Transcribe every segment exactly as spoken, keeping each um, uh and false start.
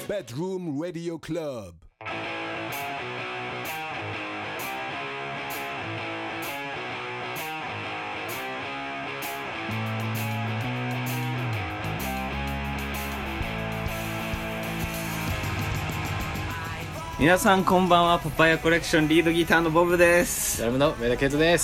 Bedroom Radio Club。 皆さんこんばんは。パパイヤコレクションリードギターのボブです。 ドラムの上田圭人です。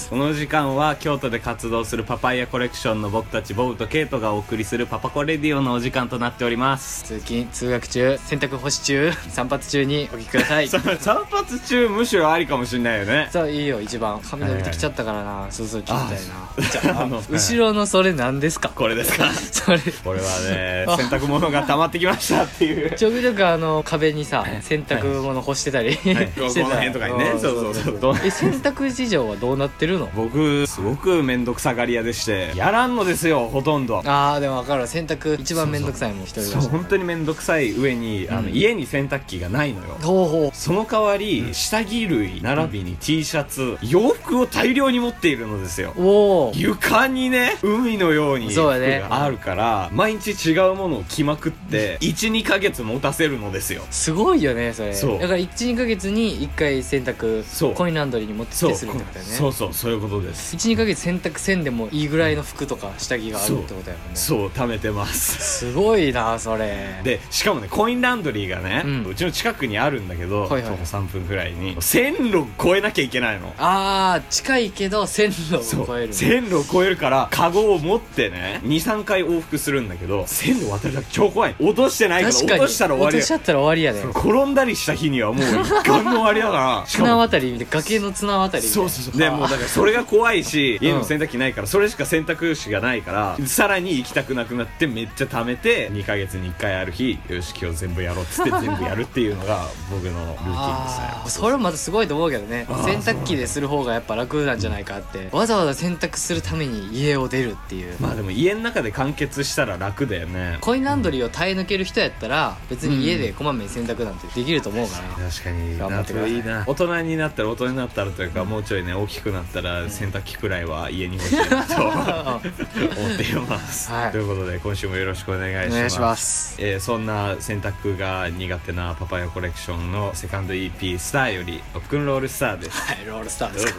この時間は京都で活動するパパイヤコレクションの僕たちボブとケイトがお送りするパパコレディオのお時間となっております。 通勤通学中、洗濯干し中、散髪中にお聞きください。 散髪中むしろありかもしんないよね。 そう、いいよ。一番髪伸びてきちゃったからな、そうそう聞きたいな。じゃあ、 あの後ろのそれ何ですか？ これですか？ それこれはね、洗濯物が溜まってきましたっていう。 ちょくちょくあの壁にさ、洗濯物干してたり、はい、 してたこの辺とかにね。そうそうそう。 え、洗濯事情はどうなってるの？ 僕すごくめんどくさがり屋でしてやらんのですよ、ほとんど。 あー、でも分かる。洗濯一番めんどくさいもん、一人暮らし。 そう、本当にめんどくさい上に、あの、うん、家に洗濯機がないのよ。 ほうほう。 その代わり、うん、下着類並びに T シャツ、洋服を大量に持っているのですよ。 おー。 床にね、海のように服があるから、ね、毎日違うものを着まくって、いち、にかげつ持たせるのですよ。 すごいよね、それ。 そう。 だからいち、にかげつにいっかい洗濯、コインランドリーに持ってきてするってことだよね。 そうそう、そういうことです。 いち、にかげつ洗濯せんでもいいぐらいの服とか下着があるってことだよね。 そう、そう貯めてます。 すごいな、それ。 で、しかもね、コインランドリーがね、うん、うちの近くにあるんだけど、徒歩さんぷんくらいに線路越えなきゃいけないの。 あー、近いけど線路を越える。 線路を越えるからカゴを持ってね、に、さんかい往復するんだけど、線路渡るだけ超怖い。落としてないから、落としたら終わり。 落としちゃったら終わりやね。 転んだりした日にはもう一貫の終わりだから綱渡り見て、崖の綱渡りみたいな。 そうそうそう。でもうだからそれが怖いし、家の洗濯機ないから、それしか洗濯紙がないから、さらに行きたくなくなってめっちゃ貯めて、にかげつにいっかいある日、よし今日全部やろうっつって全部やるっていうのが僕のルーティンですね。 それもまたすごいと思うけどね。洗濯機でする方がやっぱ楽なんじゃないかって、わざわざ洗濯するために家を出るっていう。 まあでも家の中で完結したら楽だよね。 コインランドリーを耐え抜ける人やったら、別に家でこまめに洗濯なんてできると思うから、 うん、確かに頑張ってください。 いいな。大人になったら大人になったらというか、もうちょいね大きくなったら洗濯機くらいは家に欲しいなと思っています、はい、ということで今週もよろしくお願いします。 お願いします。 えー、そんな洗濯が苦手なパパイヤコレクションのセカンド イーピー スターよりロックンロールスターです。 はい、ロールスターですか。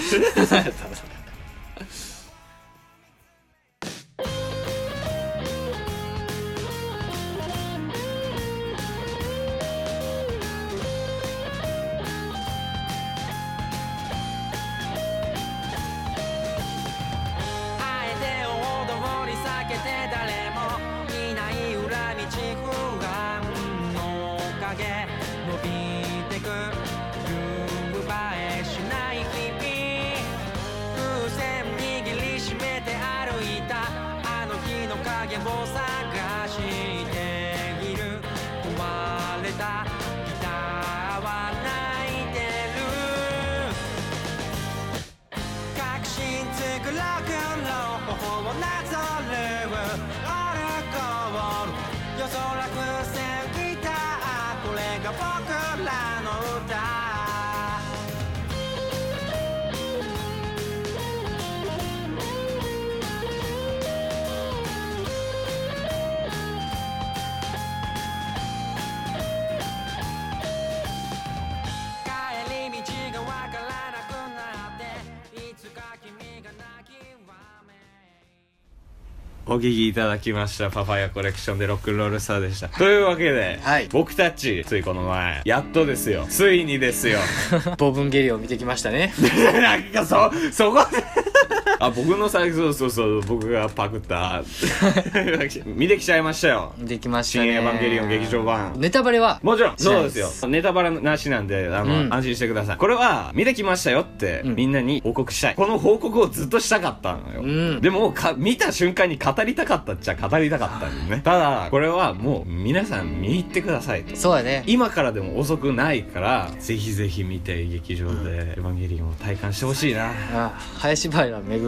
お聞きいただきましたパパイヤコレクションでロックンロールスターでした。というわけで、はい、僕たちついこの前やっとですよ、ついにですよボブンゲリを見てきましたね。 なんかそそこであ、僕の最初、そうそうそう、僕がパクった見てきちゃいましたよ。 見てきましたね。 新エヴァンゲリオン劇場版。 ネタバレはもちろんそうですよ。ネタバレなしなんで、あの、うん、安心してください。これは見てきましたよって、うん、みんなに報告したい。この報告をずっとしたかったのよ、うん、でもか見た瞬間に語りたかったっちゃ語りたかったんでね。ただこれはもう皆さん見に行ってくださいと。 そうだね。 今からでも遅くないから、ぜひぜひ見て劇場でエヴァンゲリオンを体感してほしいな。ああ、林原めぐ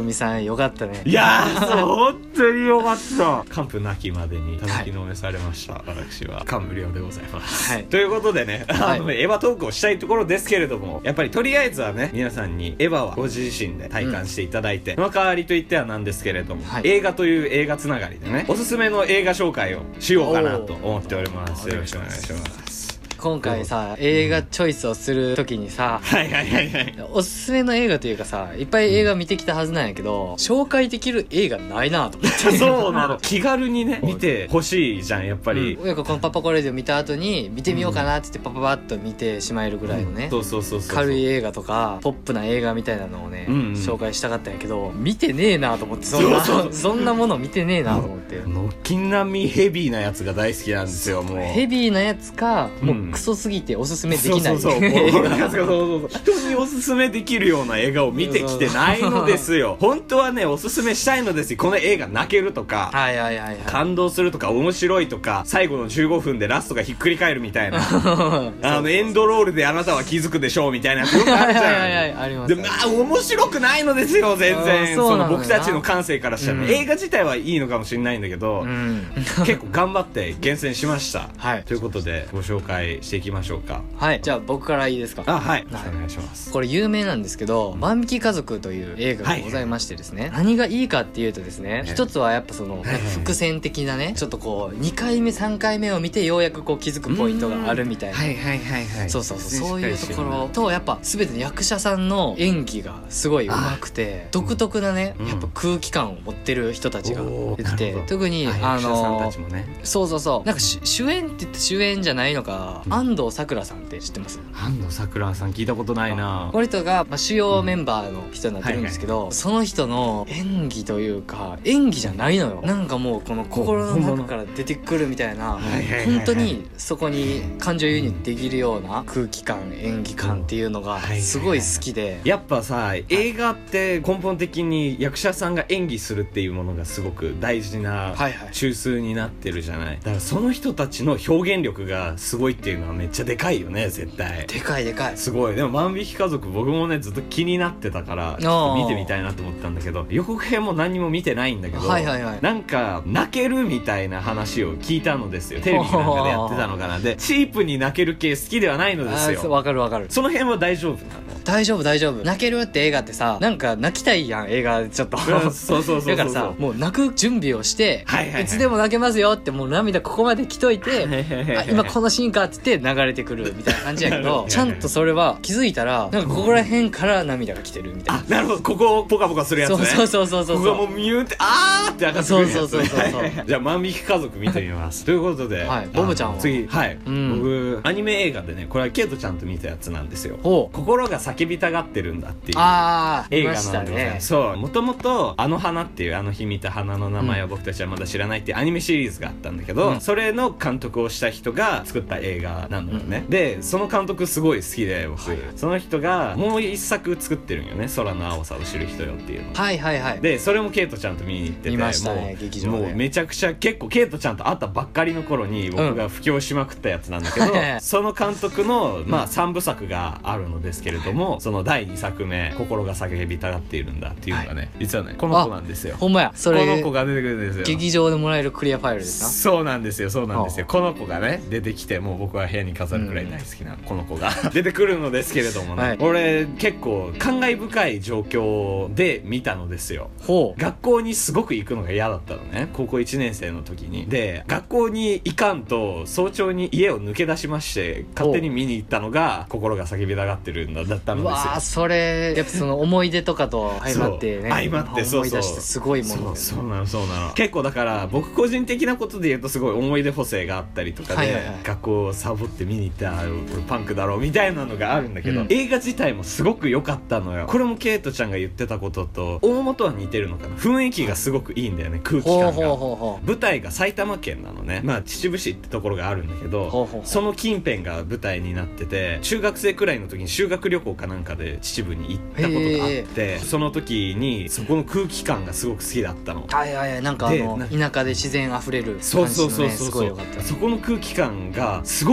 みさんよかったね。 いやーそう本当によかった完膚なきまでに叩きのめされました、はい、私は感無量でございます、はい、ということでね、あの、はい、エヴァトークをしたいところですけれども、やっぱりとりあえずはね皆さんにエヴァはご自身で体感していただいて、うん、その代わりといってはなんですけれども、はい、映画という映画つながりでねおすすめの映画紹介をしようかなと思っております。よろしくお願いします。 今回さ映画チョイスをするときにさ、 うん、はいはいはいはいおすすめの映画というかさいっぱい映画見てきたはずなんやけど、うん、紹介できる映画ないなと思ってそうなの気軽にね見てほしいじゃんやっぱり、 うん、このパパコレディを見た後に見てみようかなって言ってパパパッと見てしまえるぐらいのね、 うん、そうそうそうそう軽い映画とかポップな映画みたいなのをね、うんうん、紹介したかったんやけど見てねえなと思ってそんなそうそうそんなもの見てねえなと思って軒並みヘビーなやつが大好きなんですよ。もうヘビーなやつかもうクソすぎておすすめできない、 そうそうそうそうそう人におすすめできるような映画を見てきてないのですよ。本当はねおすすめしたいのですよ。この映画泣けるとか、 はいはいはいはい、 感動するとか面白いとか最後のじゅうごふんでラストがひっくり返るみたいなあのエンドロールであなたは気づくでしょうみたいなやつよくあるじゃん。はいはいはいあります。でまあ面白くないのですよ全然。その僕たちの感性からしたら、ねうん、映画自体はいいのかもしれないんだけど、うん、結構頑張って厳選しました、はい、ということでご紹介していきましょうか。 はいじゃあ僕からいいですか。 あはい、はい、お願いします。 これ有名なんですけど万引き家族という映画がございましてですね、はい、何がいいかっていうとですね、はい、一つはやっぱその、はい、伏線的なねちょっとこうにかいめさんかいめを見てようやくこう気づくポイントがあるみたいな、 はいはいはいはいそうそうそうそういうところとやっぱ全ての役者さんの演技がすごい上手くて独特なね、うん、やっぱ空気感を持ってる人たちが出てて、特にあのそうそうそうなんか主演って言って主演じゃないのか、うん、安藤サクラさんって知ってます？ 安藤サクラさん聞いたことないな。 この人が、まあ、主要メンバーの人になってるんですけど、うんはいはい、その人の演技というか演技じゃないのよ。なんかもうこの心の中から出てくるみたいな本当にそこに感情移入できるような空気感演技感っていうのがすごい好きで、 やっぱさ映画って根本的に役者さんが演技するっていうものがすごく大事な中枢になってるじゃない。だからその人たちの表現力がすごいっていうのはめっちゃでかいよね絶対。 でかいでかいすごい。でも万引き家族僕もねずっと気になってたからちょっと見てみたいなと思ったんだけど予告編も何も見てないんだけど、はいはいはい、なんか泣けるみたいな話を聞いたのですよ。テレビなんかでやってたのかな。でチープに泣ける系好きではないのですよ。 わかるわかる。 その辺は大丈夫なの？ 大丈夫大丈夫。泣けるって映画ってさなんか泣きたいやん映画ちょっとそうそうそうそうだからさもう泣く準備をして、はいはいはい、いつでも泣けますよってもう涙ここまで来といてあ今このシーンかって言って流れてくるみたいな感じやけどちゃんとそれは気づいたらなんかここら辺から涙が来てるみたいな。 あなるほどここをポカポカするやつね。 そうそうそうそうそうここがもうミューってあーって上がってくるやつ。 そうそうそうそうじゃあ万引き家族見てみますということで、はい、 ボブちゃんは次はい、うん、僕アニメ映画でねこれはケイトちゃんと見たやつなんですよ。心が叫びたがってるんだっていうあ映画なんで、 ね、 そうもともとあの花っていうあの日見た花の名前を僕たちはまだ知らないっていうアニメシリーズがあったんだけど、うん、それの監督をした人が作った映画なのよね、うん、でその監督すごい好きで僕、はい、その人がもう一作作ってるんよね空の青さを知る人よっていうの。 はいはいはい。 でそれもケイトちゃんと見に行ってて見ましたね劇場で。 もうめちゃくちゃ結構ケイトちゃんと会ったばっかりの頃に僕が布教しまくったやつなんだけど、うん、その監督のまあさんぶさくがあるのですけれども、そのだいにさくめ心が叫びたがっているんだっていうのがね、はい、実はねこの子なんですよ。 ほんまや。それこの子が出てくるんですよ。 劇場でもらえるクリアファイルですか？ そうなんですよそうなんですよ。この子がね出てきてもう僕は部屋に飾るくらい大好きなこの子が出てくるのですけれどもね、はい、俺結構感慨深い状況で見たのですよ。ほう。学校にすごく行くのが嫌だったのね高校いちねん生の時に。で学校に行かんと早朝に家を抜け出しまして勝手に見に行ったのが心が叫びたがってるんだだったのですよ。 うわーそれやっぱその思い出とかと相まってね相まってそうそう思い出してすごいものですよね。そうそうなのそうなの。結構だから僕個人的なことで言うとすごい思い出補正があったりとかで、はいはいはい、学校をサボって見に行った俺パンクだろうみたいなのがあるんだけど、うん、映画自体もすごく良かったのよ。これもケイトちゃんが言ってたことと大元は似てるのかな。雰囲気がすごくいいんだよね空気感が。ほうほうほうほう。舞台が埼玉県なのね。まあ秩父市ってところがあるんだけどほうほうほう。その近辺が舞台になってて中学生くらいの時に修学旅行かなんかで秩父に行ったことがあってその時にそこの空気感がすごく好きだったの。 はいはいはい。なんかあの田舎で自然あふれる感じのね。そうそうそうそう。すごい良かった。 そこの空気感がすごく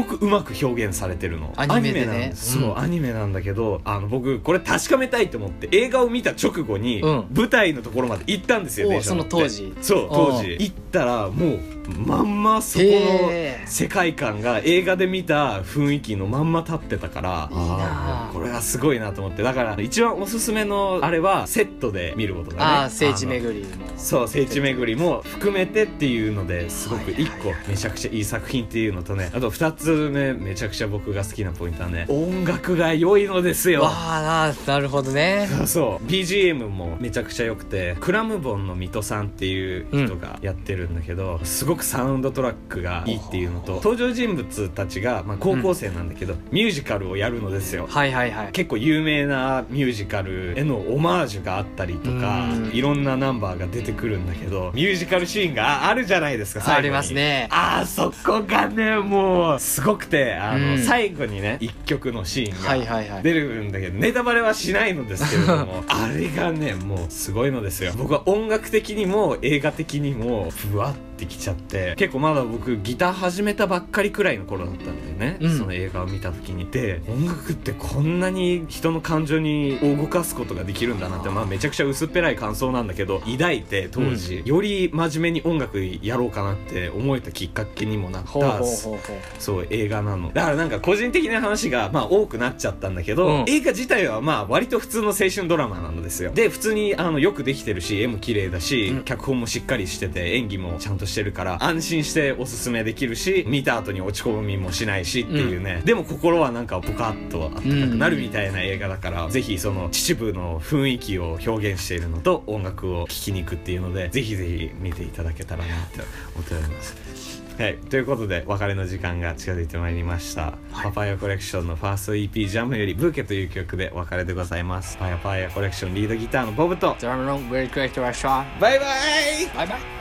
くうまく表現されてるの。 アニメでね、 アニメなんです、 うん、 そうアニメなんだけど、あの僕これ確かめたいと思って映画を見た直後に、うん、舞台のところまで行ったんですよ。 その当時そう当時行ったらもうまんまそこの世界観が映画で見た雰囲気のまんま立ってたから、 いいなこれはすごいなと思って、だから一番おすすめのあれはセットで見ることだね。 ああ聖地巡りもそう聖地巡りも含めてっていうのですごく一個めちゃくちゃいい作品っていうのとね、あと二つ目めちゃくちゃ僕が好きなポイントはね、音楽が良いのですよ。 わあなるほどね。 そうそう ビージーエム もめちゃくちゃ良くて、クラムボンの水戸さんっていう人がやってるんだけど、うん、すごくサウンドトラックがいいっていうのと、登場人物たちが、まあ、高校生なんだけど、うん、ミュージカルをやるのですよ。 はいはいはい。 結構有名なミュージカルへのオマージュがあったりとか、いろんなナンバーが出てくるんだけど、ミュージカルシーンがあるじゃないですか。最後にありますね。 あそこがねもうすごくて、あの、うん、最後にね一曲のシーンが出るんだけど、はいはいはい、ネタバレはしないのですけれどもあれがねもうすごいのですよ。僕は音楽的にも映画的にもふわってきちゃって、結構まだ僕ギター始めたばっかりくらいの頃だったんだよね、うん、その映画を見た時に。で音楽ってこんなに人の感情に動かすことができるんだなって、まあめちゃくちゃ薄っぺらい感想なんだけど抱いて、当時、うん、より真面目に音楽やろうかなって思えたきっかけにもなったほうほうほうほうそう映画なの。だからなんか個人的な話がまあ多くなっちゃったんだけど、うん、映画自体はまあ割と普通の青春ドラマなんですよ。で普通にあのよくできてるし絵も綺麗だし、うん、脚本もしっかりしてて演技もちゃんとしてるから安心しておすすめできるし、見た後に落ち込みもしないしっていうね、うん、でも心はなんかポカッとあったかくなるみたいな映画だから、うん、ぜひその秩父の雰囲気を表現しているのと音楽を聴きに行くっていうので、ぜひぜひ見ていただけたらなって思っております。はい、ということで別れの時間が近づいてまいりました、はい、パパイヤコレクションのファースト イーピー ジャムよりブーケという曲でお別れでございます。パパイヤコレクションリードギターのボブとドラムのグレートクレクトラッシャー、 バイバイバイバイ。